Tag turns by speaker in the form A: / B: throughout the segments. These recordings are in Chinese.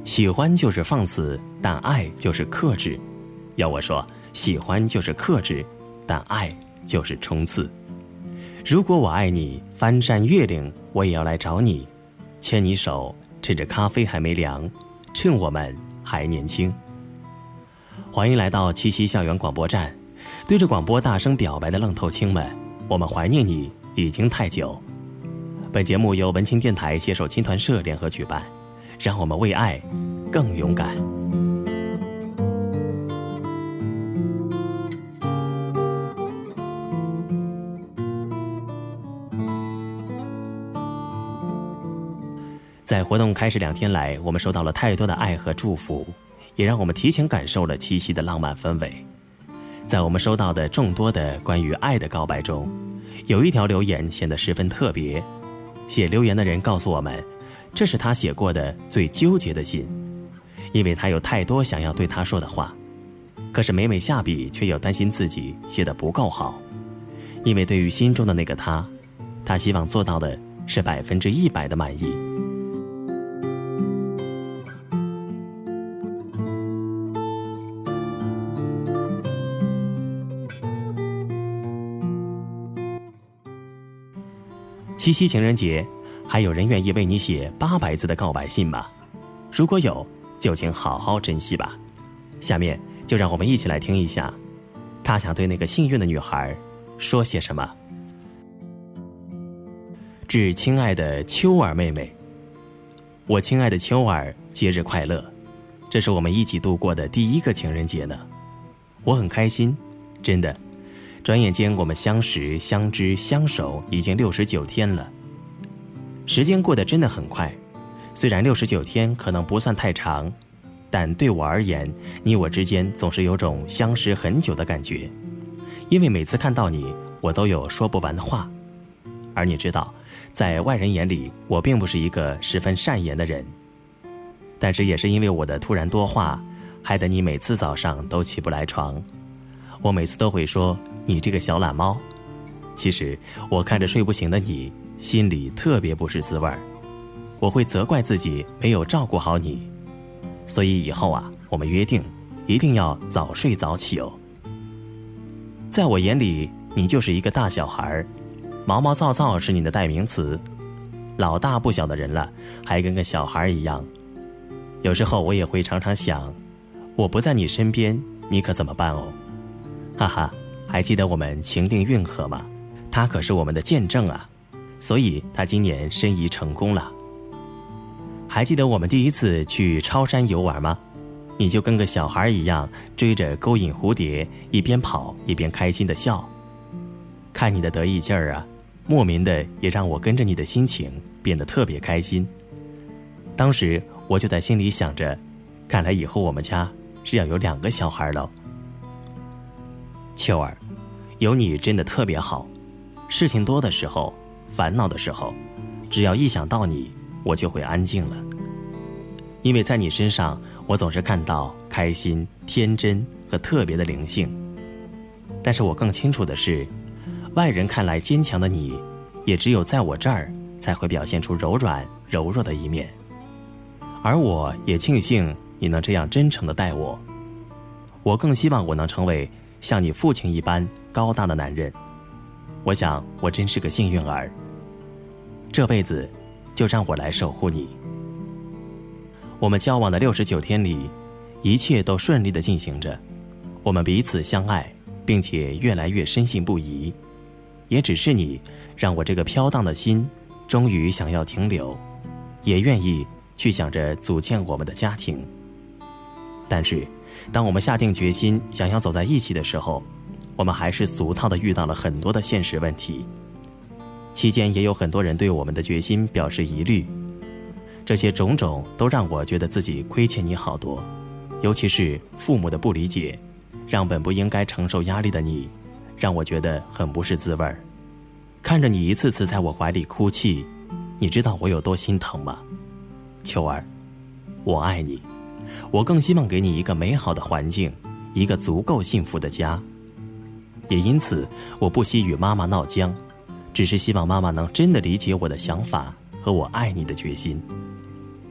A: 喜欢就是放肆，但爱就是克制。要我说，喜欢就是克制，但爱就是冲刺。如果我爱你，翻山越岭我也要来找你，牵你手，趁着咖啡还没凉，趁我们还年轻。欢迎来到七夕校园广播站，对着广播大声表白的愣头青们，我们怀念你已经太久。本节目由文青电台携手青团社联合举办，让我们为爱更勇敢。在活动开始2天来，我们收到了太多的爱和祝福，也让我们提前感受了七夕的浪漫氛围。在我们收到的众多的关于爱的告白中，有一条留言显得十分特别。写留言的人告诉我们，这是他写过的最纠结的信，因为他有太多想要对他说的话，可是每每下笔却又担心自己写得不够好，因为对于心中的那个他希望做到的是100%的满意。七夕情人节，还有人愿意为你写800字的告白信吗？如果有，就请好好珍惜吧。下面就让我们一起来听一下，他想对那个幸运的女孩说些什么。致亲爱的秋儿妹妹，我亲爱的秋儿，节日快乐！这是我们一起度过的第1个情人节呢，我很开心，真的。转眼间我们相识、相知、相守已经69天了，时间过得真的很快。虽然69天可能不算太长，但对我而言，你我之间总是有种相识很久的感觉，因为每次看到你，我都有说不完的话。而你知道，在外人眼里，我并不是一个十分善言的人，但是也是因为我的突然多话，害得你每次早上都起不来床。我每次都会说，你这个小懒猫。其实我看着睡不醒的你，心里特别不是滋味，我会责怪自己没有照顾好你。所以以后啊，我们约定一定要早睡早起哦。在我眼里，你就是一个大小孩，毛毛躁躁是你的代名词，老大不小的人了，还跟个小孩一样。有时候我也会常常想，我不在你身边，你可怎么办哦？哈哈，还记得我们情定运河吗？他可是我们的见证啊，所以他今年申遗成功了。还记得我们第一次去超山游玩吗？你就跟个小孩一样，追着勾引蝴蝶，一边跑一边开心的笑。看你的得意劲儿啊，莫名的也让我跟着你的心情变得特别开心。当时我就在心里想着，看来以后我们家是要有2个小孩了。秋儿，有你真的特别好，事情多的时候，烦恼的时候，只要一想到你，我就会安静了。因为在你身上，我总是看到开心、天真和特别的灵性。但是我更清楚的是，外人看来坚强的你，也只有在我这儿才会表现出柔软、柔弱的一面。而我也庆幸你能这样真诚地待我。我更希望我能成为像你父亲一般高大的男人。我想我真是个幸运儿，这辈子就让我来守护你。我们交往的69天里，一切都顺利地进行着，我们彼此相爱，并且越来越深信不疑。也只是你让我这个飘荡的心终于想要停留，也愿意去想着组建我们的家庭。但是当我们下定决心想要走在一起的时候，我们还是俗套地遇到了很多的现实问题。期间也有很多人对我们的决心表示疑虑，这些种种都让我觉得自己亏欠你好多，尤其是父母的不理解，让本不应该承受压力的你，让我觉得很不是滋味。看着你一次次在我怀里哭泣，你知道我有多心疼吗？秋儿，我爱你，我更希望给你一个美好的环境，一个足够幸福的家。也因此，我不惜与妈妈闹僵，只是希望妈妈能真的理解我的想法和我爱你的决心。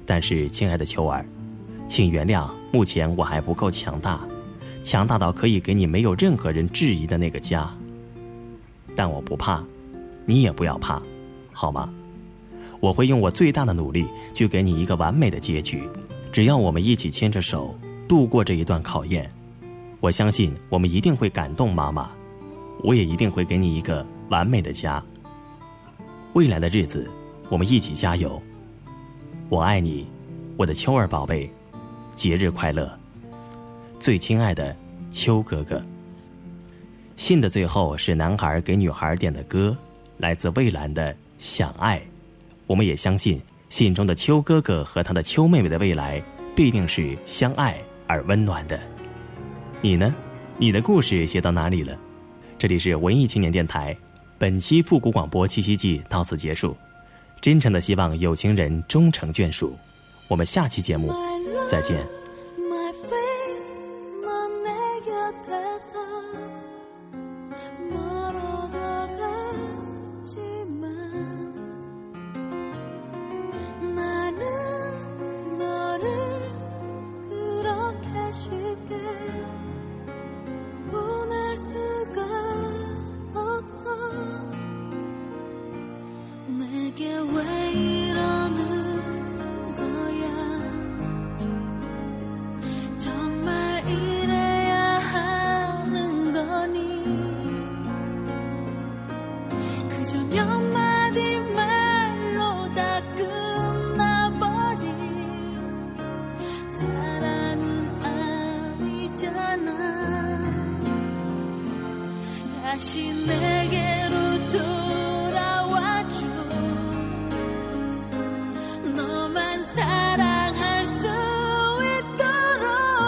A: 但是亲爱的秋儿，请原谅，目前我还不够强大，强大到可以给你没有任何人质疑的那个家。但我不怕，你也不要怕，好吗？我会用我最大的努力去给你一个完美的结局，只要我们一起牵着手度过这一段考验，我相信我们一定会感动妈妈，我也一定会给你一个完美的家。未来的日子我们一起加油，我爱你，我的秋儿宝贝，节日快乐，最亲爱的秋哥哥。信的最后是男孩给女孩点的歌，来自蔚蓝的《想爱》。我们也相信信中的秋哥哥和他的秋妹妹的未来必定是相爱而温暖的。你呢？你的故事写到哪里了？这里是文艺青年电台，本期复古广播七夕季到此结束，真诚的希望有情人终成眷属。我们下期节目再见。
B: 다시 내게로 돌아와줘. 너만 사랑할 수 있도록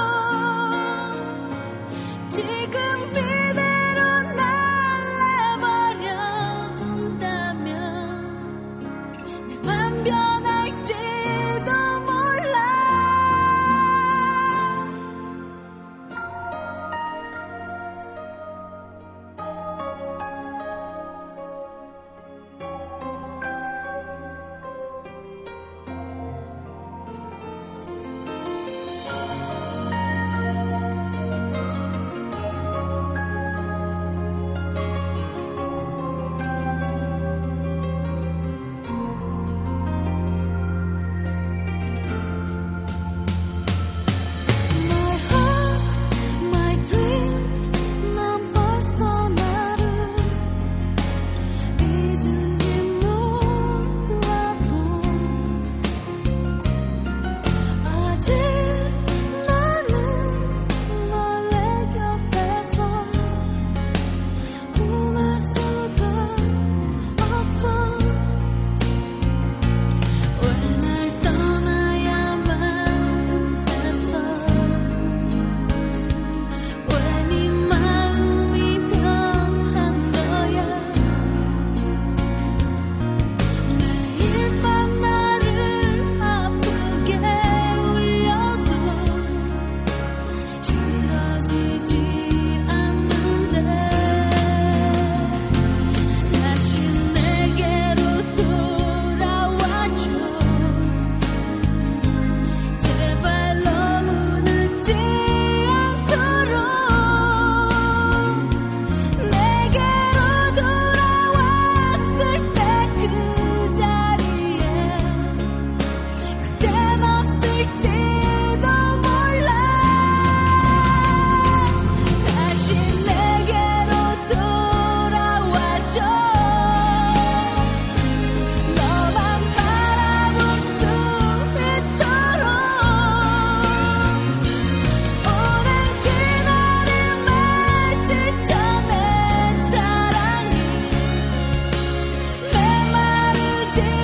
B: 지금 이대로 날 내버려둔다면 내 맘 변할지도 몰라. 제